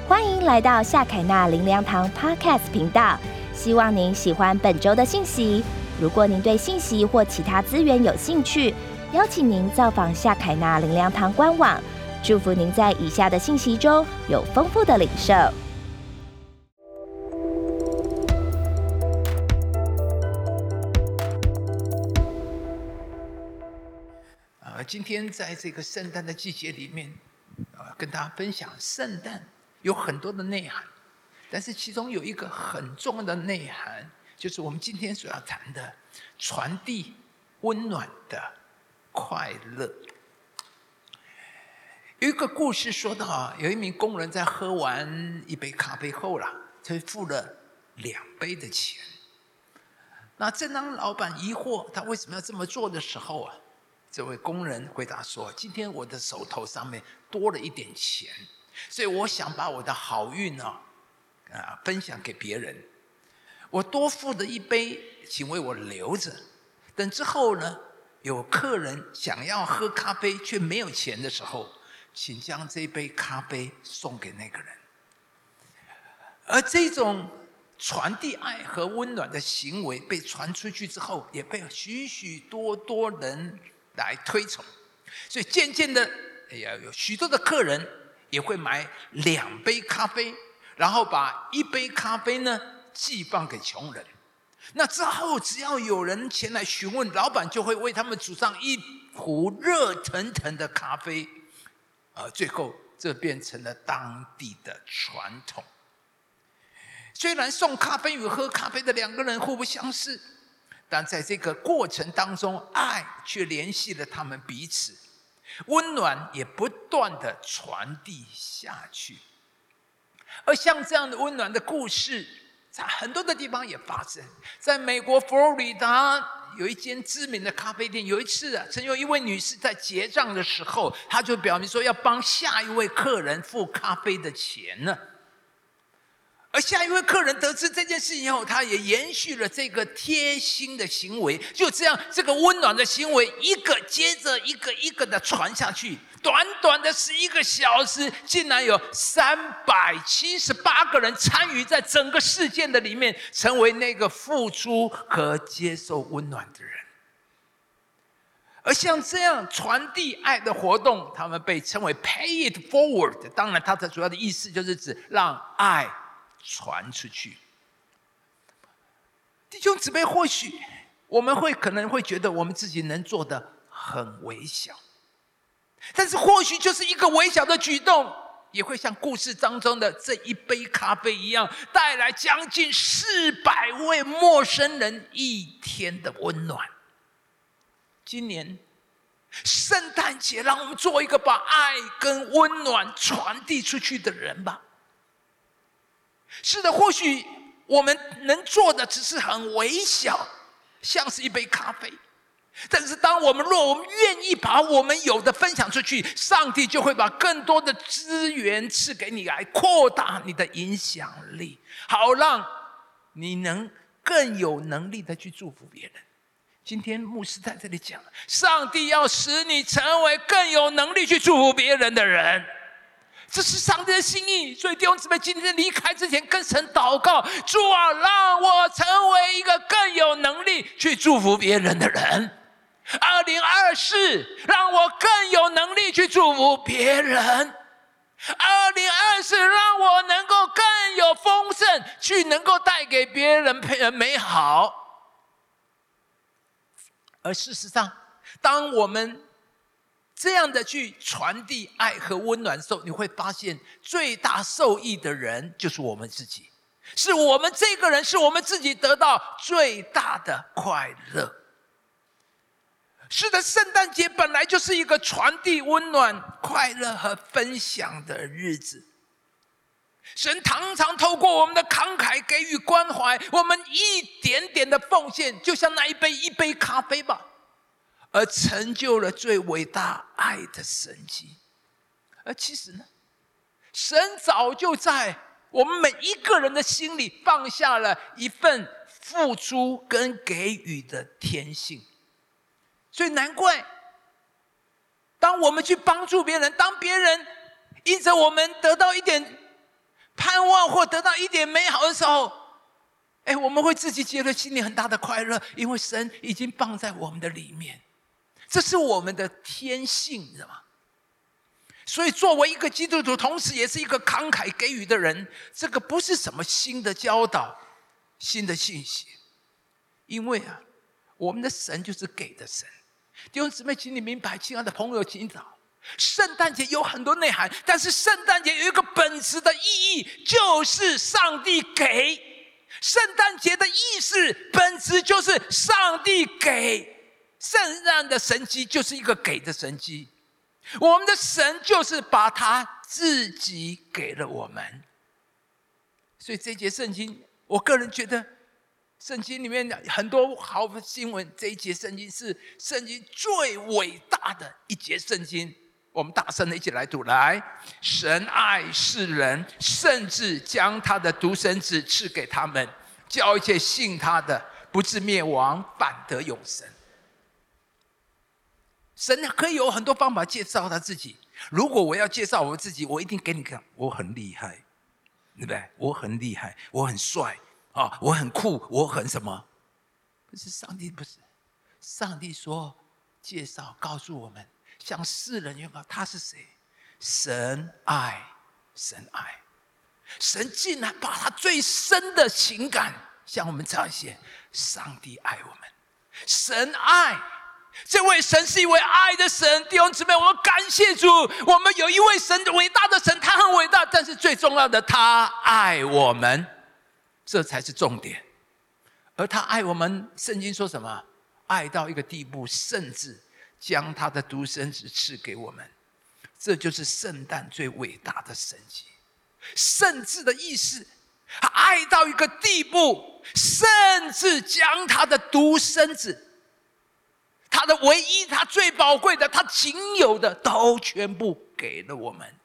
欢迎来到夏凯纳灵粮堂 Podcast 频道，希望您喜欢本周的信息。如果您对信息或其他资源有兴趣，邀请您造访夏凯纳灵粮堂官网。祝福您在以下的信息中有丰富的领受。 今天在这个圣诞的季节里面，跟大家分享圣诞有很多的内涵，但是其中有一个很重要的内涵，就是我们今天所要谈的传递温暖的快乐。有一个故事说到，有一名工人在喝完一杯咖啡后他付了2杯的钱。那正当老板疑惑他为什么要这么做的时候这位工人回答说：今天我的手头上面多了一点钱，所以我想把我的好运分享给别人。我多付的一杯，请为我留着，等之后呢，有客人想要喝咖啡却没有钱的时候，请将这杯咖啡送给那个人。而这种传递爱和温暖的行为被传出去之后，也被许许多多人来推崇，所以渐渐的，有许多的客人也会买2杯咖啡，然后把1杯咖啡呢寄放给穷人。那之后，只要有人前来询问，老板就会为他们煮上一壶热腾腾的咖啡，最后这变成了当地的传统。虽然送咖啡与喝咖啡的2个人互不相识，但在这个过程当中，爱却联系了他们彼此，温暖也不断的传递下去。而像这样的温暖的故事，在很多的地方也发生。在美国佛罗里达有一间知名的咖啡店，有一次曾有一位女士在结账的时候，她就表明说要帮下一位客人付咖啡的钱呢。而下一位客人得知这件事情后，他也延续了这个贴心的行为。就这样，这个温暖的行为一个接着一个一个的传下去。短短的11个小时，竟然有378个人参与在整个事件的里面，成为那个付出和接受温暖的人。而像这样传递爱的活动，他们被称为 Pay It Forward。当然，它的主要的意思就是指让爱传出去。弟兄姊妹，或许我们可能会觉得我们自己能做的很微小，但是或许就是一个微小的举动，也会像故事当中的这1杯咖啡一样，带来将近400位陌生人1天的温暖。今年圣诞节，让我们做一个把爱跟温暖传递出去的人吧。是的，或许我们能做的只是很微小，像是1杯咖啡。但是当我们愿意把我们有的分享出去，上帝就会把更多的资源赐给你，来扩大你的影响力，好让你能更有能力的去祝福别人。今天牧师在这里讲，上帝要使你成为更有能力去祝福别人的人，这是上帝的心意。所以弟兄姊妹，今天离开之前跟神祷告，主啊，让我成为一个更有能力去祝福别人的人。2024，让我更有能力去祝福别人。2024，让我能够更有丰盛，去能够带给别人美好。而事实上，当我们这样的去传递爱和温暖的时候，你会发现最大受益的人就是我们自己，是我们这个人，是我们自己得到最大的快乐。是的，圣诞节本来就是一个传递温暖、快乐和分享的日子。神常常透过我们的慷慨给予关怀，我们一点点的奉献，就像那一杯咖啡吧，而成就了最伟大爱的神迹。而其实呢，神早就在我们每一个人的心里放下了一份付出跟给予的天性。所以难怪，当我们去帮助别人，当别人因着我们得到一点盼望或得到一点美好的时候，我们会自己觉得心里很大的快乐，因为神已经放在我们的里面，这是我们的天性，知道吗？所以作为一个基督徒，同时也是一个慷慨给予的人，这个不是什么新的教导、新的信息，因为我们的神就是给的神。弟兄姊妹，请你明白，亲爱的朋友，请找。圣诞节有很多内涵，但是圣诞节有一个本质的意义，就是上帝给。圣诞节的意思本质就是上帝给，圣诞的神迹就是一个给的神迹。我们的神就是把他自己给了我们。所以这节圣经，我个人觉得圣经里面很多好新闻，这一节圣经是圣经最伟大的一节圣经。我们大声的一起来读，来，神爱世人，甚至将他的独生子赐给他们，叫一切信他的不至灭亡，反得永生。神可以有很多方法介绍他自己。如果我要介绍我自己，我一定给你看，我很厉害，对不对？我很厉害，我很帅我很酷，我很什么？可是上帝不是，上帝说介绍告诉我们，向世人宣告他是谁？神爱，神爱，神竟然把他最深的情感向我们彰显。上帝爱我们，神爱。这位神是一位爱的神，弟兄姊妹，我们感谢主，我们有一位神，伟大的神，他很伟大，但是最重要的，他爱我们，这才是重点。而他爱我们，圣经说什么？爱到一个地步，甚至将他的独生子赐给我们。这就是圣诞最伟大的神迹。甚至的意思，爱到一个地步，甚至将他的独生子，他的唯一，他最宝贵的，他仅有的，都全部给了我们。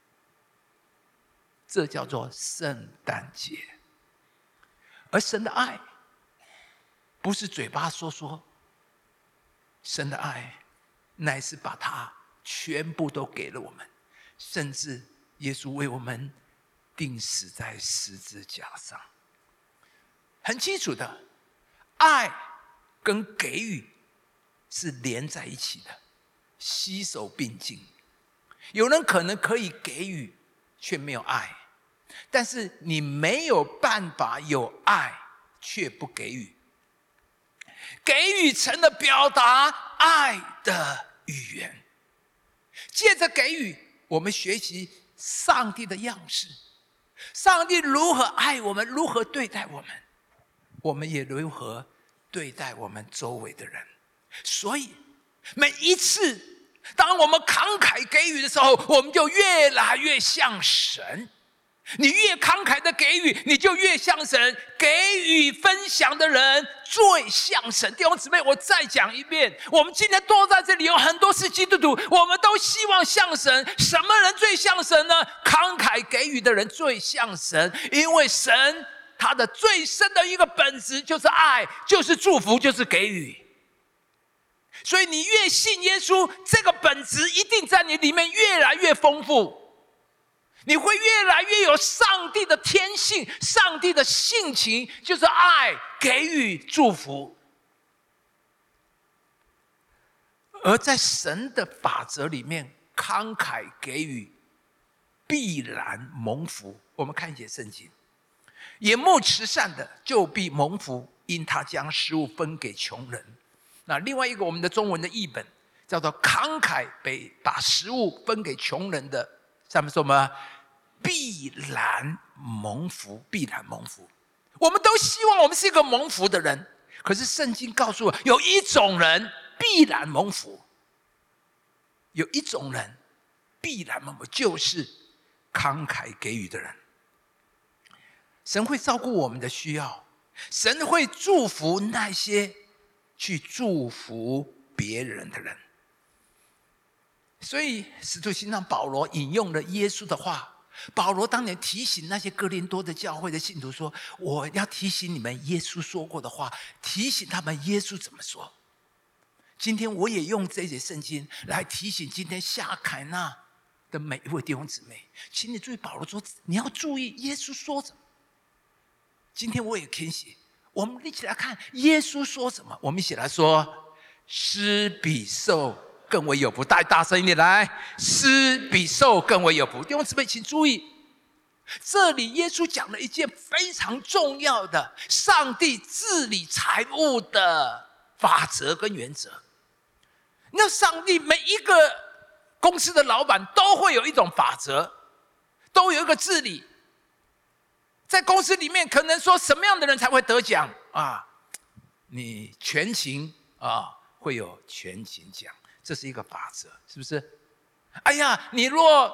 这叫做圣诞节。而神的爱不是嘴巴说说，神的爱乃是把他全部都给了我们，甚至耶稣为我们钉死在十字架上。很清楚的，爱跟给予是连在一起的，携手并进。有人可能可以给予，却没有爱，但是你没有办法有爱却不给予。给予成了表达爱的语言。借着给予，我们学习上帝的样式，上帝如何爱我们，如何对待我们，我们也如何对待我们周围的人。所以每一次当我们慷慨给予的时候，我们就越来越像神。你越慷慨的给予，你就越像神。给予分享的人最像神。弟兄姊妹，我再讲一遍，我们今天都在这里，有很多是基督徒，我们都希望像神。什么人最像神呢？慷慨给予的人最像神，因为神他的最深的一个本质就是爱，就是祝福，就是给予。所以你越信耶稣，这个本质一定在你里面越来越丰富，你会越来越有上帝的天性，上帝的性情，就是爱、给予、祝福。而在神的法则里面，慷慨给予必然蒙福。我们看一节圣经，眼目慈善的就必蒙福，因他将食物分给穷人。那另外一个我们的中文的译本叫做慷慨把食物分给穷人的，上面说什么？必然蒙福，必然蒙福。我们都希望我们是一个蒙福的人，可是圣经告诉我，有一种人必然蒙福，有一种人必然蒙福，就是慷慨给予的人。神会照顾我们的需要，神会祝福那些去祝福别人的人。所以使徒行传保罗引用了耶稣的话。保罗当年提醒那些哥林多的教会的信徒说，我要提醒你们耶稣说过的话，提醒他们耶稣怎么说。今天我也用这节圣经来提醒今天夏凯纳的每一位弟兄姊妹，请你注意保罗说，你要注意耶稣说什么。今天我也填写，我们一起来看耶稣说什么。我们一起来说：施比受更为有福。大声一点来，施比受更为有福。弟兄姊妹，请注意，这里耶稣讲了一件非常重要的上帝治理财务的法则跟原则。那上帝每一个公司的老板都会有一种法则，都有一个治理。在公司里面，可能说什么样的人才会得奖啊？你全勤啊，会有全勤奖，这是一个法则，是不是？哎呀，你若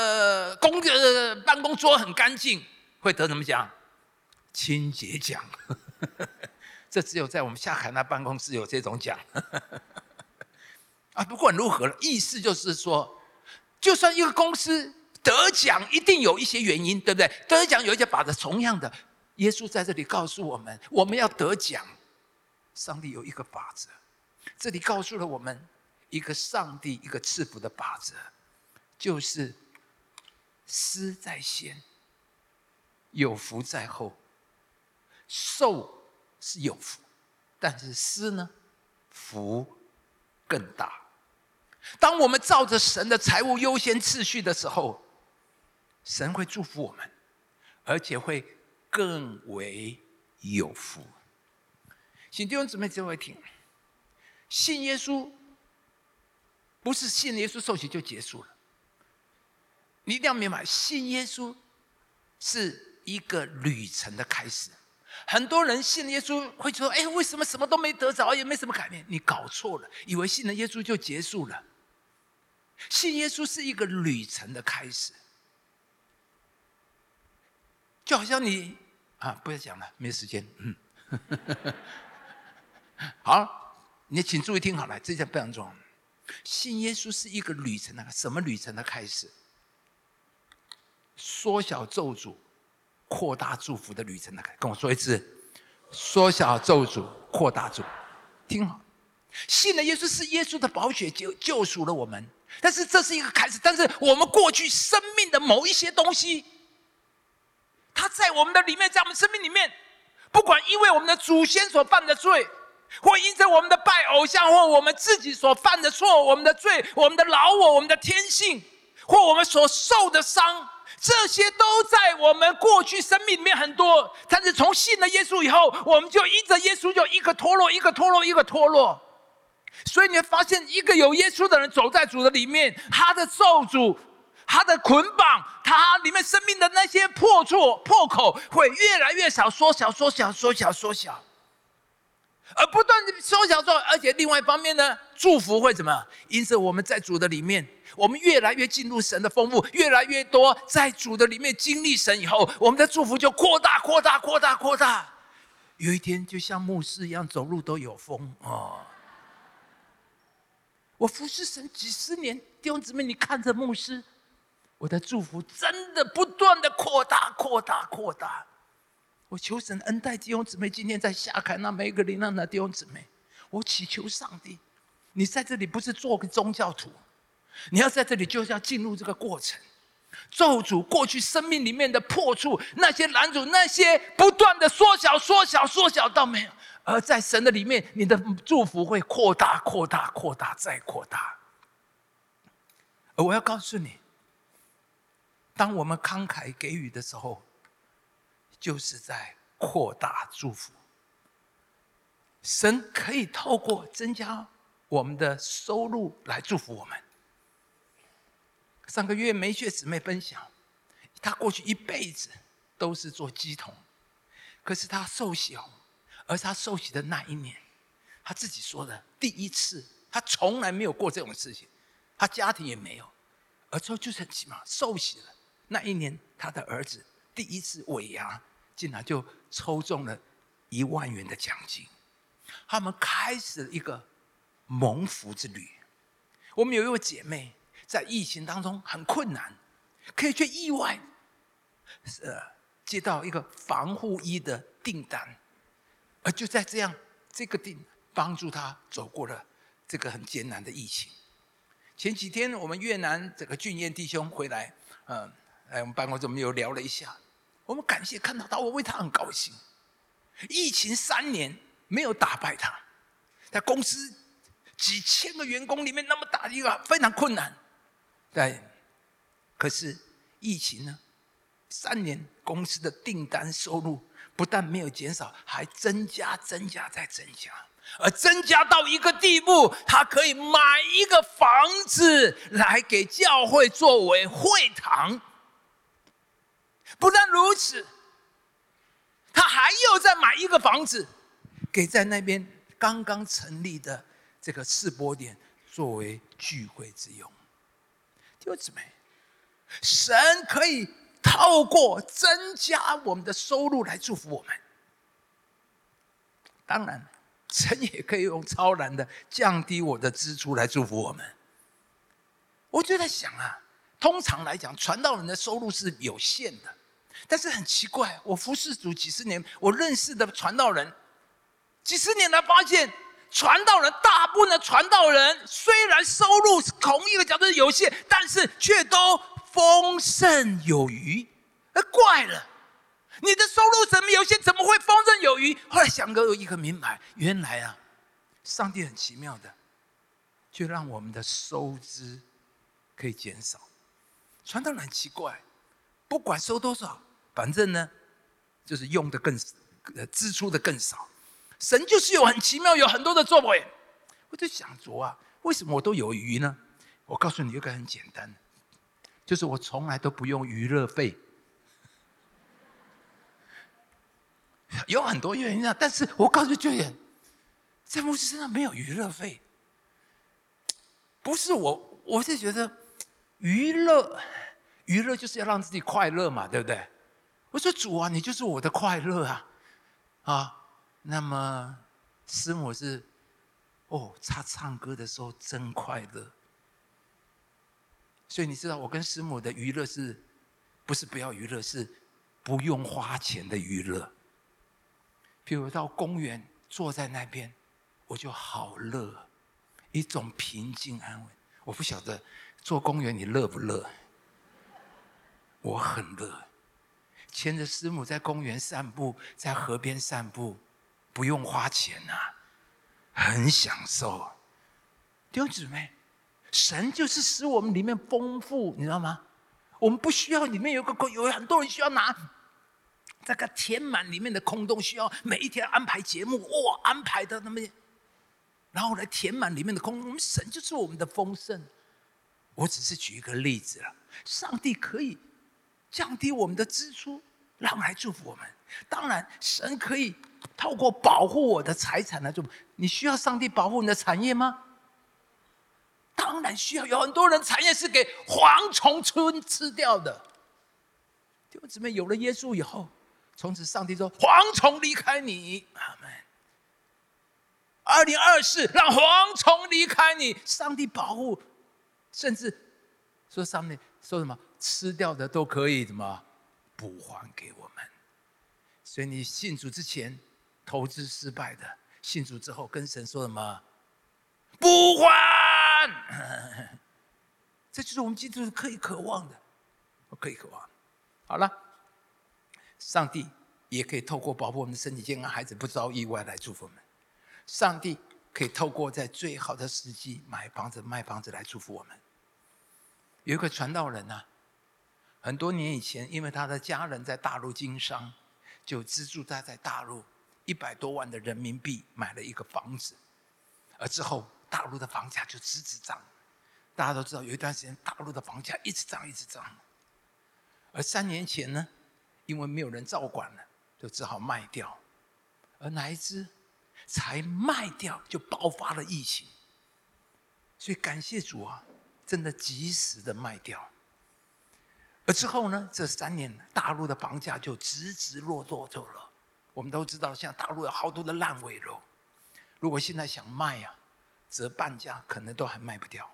办公桌很干净，会得什么奖？清洁奖。这只有在我们夏凯纳办公室有这种奖。啊，不管如何，意思就是说，就算一个公司得奖，一定有一些原因，对不对？得奖有一些法则。同样的，耶稣在这里告诉我们，我们要得奖，上帝有一个法则。这里告诉了我们一个上帝一个赐福的法则，就是施在先，有福在后。受是有福，但是施呢，福更大。当我们照着神的财务优先次序的时候，神会祝福我们，而且会更为有福。请弟兄姊妹这位听，信耶稣不是信耶稣受洗就结束了。你一定要明白，信耶稣是一个旅程的开始。很多人信耶稣会说：“哎，为什么什么都没得着，也没什么改变？”你搞错了，以为信了耶稣就结束了。信耶稣是一个旅程的开始，就好像你不要讲了，没时间。好，你请注意听好了，这件非常重要。信耶稣是一个旅程的，什么旅程的开始？缩小咒诅，扩大祝福的旅程的开始。跟我说一次，缩小咒诅，扩大祝福。听好，信了耶稣是耶稣的宝血救赎了我们，但是这是一个开始。但是我们过去生命的某一些东西，它在我们的里面，在我们生命里面，不管因为我们的祖先所犯的罪，或因着我们的拜偶像，或我们自己所犯的错，我们的罪，我们的老我们的天性，或我们所受的伤，这些都在我们过去生命里面很多。但是从信了耶稣以后，我们就依着耶稣，就一个脱落，一个脱落，一个脱落。所以你会发现，一个有耶稣的人走在主的里面，他的咒诅，他的捆绑，他里面生命的那些破口会越来越少，缩小，而不断的缩小之后，而且另外一方面呢，祝福会怎么？因此我们在主的里面，我们越来越进入神的丰富，越来越多在主的里面经历神以后，我们的祝福就扩大。有一天就像牧师一样，走路都有风哦。我服侍神几十年，弟兄姊妹，你看着牧师，我的祝福真的不断的扩大。我求神恩待弟兄姊妹，今天在下凯那每一个灵浪的弟兄姊妹，我祈求上帝，你在这里不是做个宗教徒，你要在这里就是要进入这个过程，咒诅过去生命里面的破处，那些拦阻，那些不断的缩小到没有。而在神的里面，你的祝福会扩大再扩大。而我要告诉你，当我们慷慨给予的时候，就是在扩大祝福。神可以透过增加我们的收入来祝福我们。上个月梅雪姊妹分享，她过去一辈子都是做乩童，可是她受洗后，而她受洗的那一年，她自己说的第一次，她从来没有过这种事情，她家庭也没有，而之后就是很奇妙，受洗了那一年，她的儿子第一次尾牙，竟然就抽中了1万元的奖金。他们开始了一个蒙福之旅。我们有一位姐妹在疫情当中很困难，可以却意外接到一个防护衣的订单，而就在这个帮助她走过了这个很艰难的疫情。 前几天我们越南这个俊彦弟兄回来，来我们办公室，我们有聊了一下。我们感谢看到他，我为他很高兴。疫情3年没有打败他，在公司几千个员工里面那么大一个非常困难，对。可是疫情呢，3年公司的订单收入不但没有减少，还增加再增加。而增加到一个地步，他可以买一个房子来给教会作为会堂。不但如此，他还又再买一个房子，给在那边刚刚成立的这个世博点作为聚会之用。弟兄姊妹，神可以透过增加我们的收入来祝福我们，当然神也可以用超然的降低我的支出来祝福我们。我就在想通常来讲，传道人的收入是有限的，但是很奇怪，我服侍主几十年，我认识的传道人几十年来发现，大部分的传道人虽然收入从一个角度有限，但是却都丰盛有余。怪了，你的收入怎么有限，怎么会丰盛有余？后来想个一个明白，原来上帝很奇妙的，就让我们的收支可以减少。传道人很奇怪，不管收多少，反正呢，就是用的支出的更少。神就是有很奇妙，有很多的作为。我就想着为什么我都有余呢？我告诉你一个很简单的，就是我从来都不用娱乐费。有很多原因但是我告诉就业，在牧师身上没有娱乐费。不是我是觉得娱乐就是要让自己快乐嘛，对不对？我说主你就是我的快乐那么师母是她唱歌的时候真快乐。所以你知道我跟师母的娱乐是不是不要娱乐，是不用花钱的娱乐。譬如到公园坐在那边，我就好乐，一种平静安稳。我不晓得坐公园你乐不乐？我很乐，牵着师母在公园散步，在河边散步，不用花钱很享受。弟兄姊妹，神就是使我们里面丰富，你知道吗？我们不需要里面有很多人需要拿这个填满里面的空洞，需要每一天安排节目，安排的那么，然后来填满里面的空洞。我们神就是我们的丰盛。我只是举一个例子了，上帝可以降低我们的支出，让来祝福我们。当然，神可以透过保护我的财产来祝福。你需要上帝保护你的产业吗？当然需要。有很多人产业是给蝗虫吃掉的。弟兄姊妹，有了耶稣以后，从此上帝说蝗虫离开你，阿们。2024让蝗虫离开你，上帝保护，甚至说上面说什么吃掉的都可以怎么补还给我们。所以你信主之前投资失败的，信主之后跟神说什么补还，这就是我们基督徒可以渴望的，可以渴望。好了，上帝也可以透过保护我们的身体健康、孩子不遭意外来祝福我们。上帝可以透过在最好的时机买房子、卖房子来祝福我们。有一个传道人很多年以前，因为他的家人在大陆经商，就资助他在大陆100多万的人民币买了一个房子，而之后大陆的房价就直涨。大家都知道，有一段时间大陆的房价一直涨。而3年前呢，因为没有人照管了，就只好卖掉。而哪一支才卖掉就爆发了疫情，所以感谢主真的及时的卖掉。而之后呢，这3年大陆的房价就直落走了。我们都知道，现在大陆有好多的烂尾楼，如果现在想卖折半价可能都还卖不掉。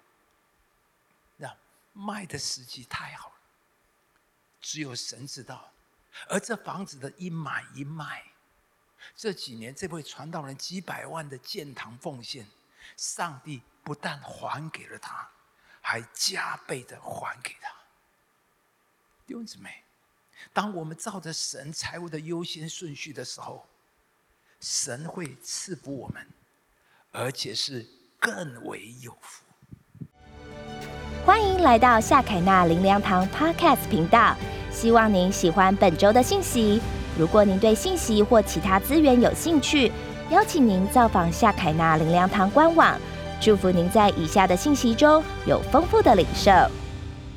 卖的时机太好了，只有神知道。而这房子的一买一卖，这几年这位传道人几百万的建堂奉献，上帝不但还给了他， 还加倍的还给他。弟兄姊妹，当我们照着神财务的优先顺序的时候，神会赐福我们，而且是更为有福。 欢迎来到夏凯纳灵粮堂 Podcast 频道，希望您喜欢本周的信息。如果您对信息或其他资源有兴趣，邀请您造访夏凯纳灵粮堂官网。祝福您在以下的信息中有丰富的领受。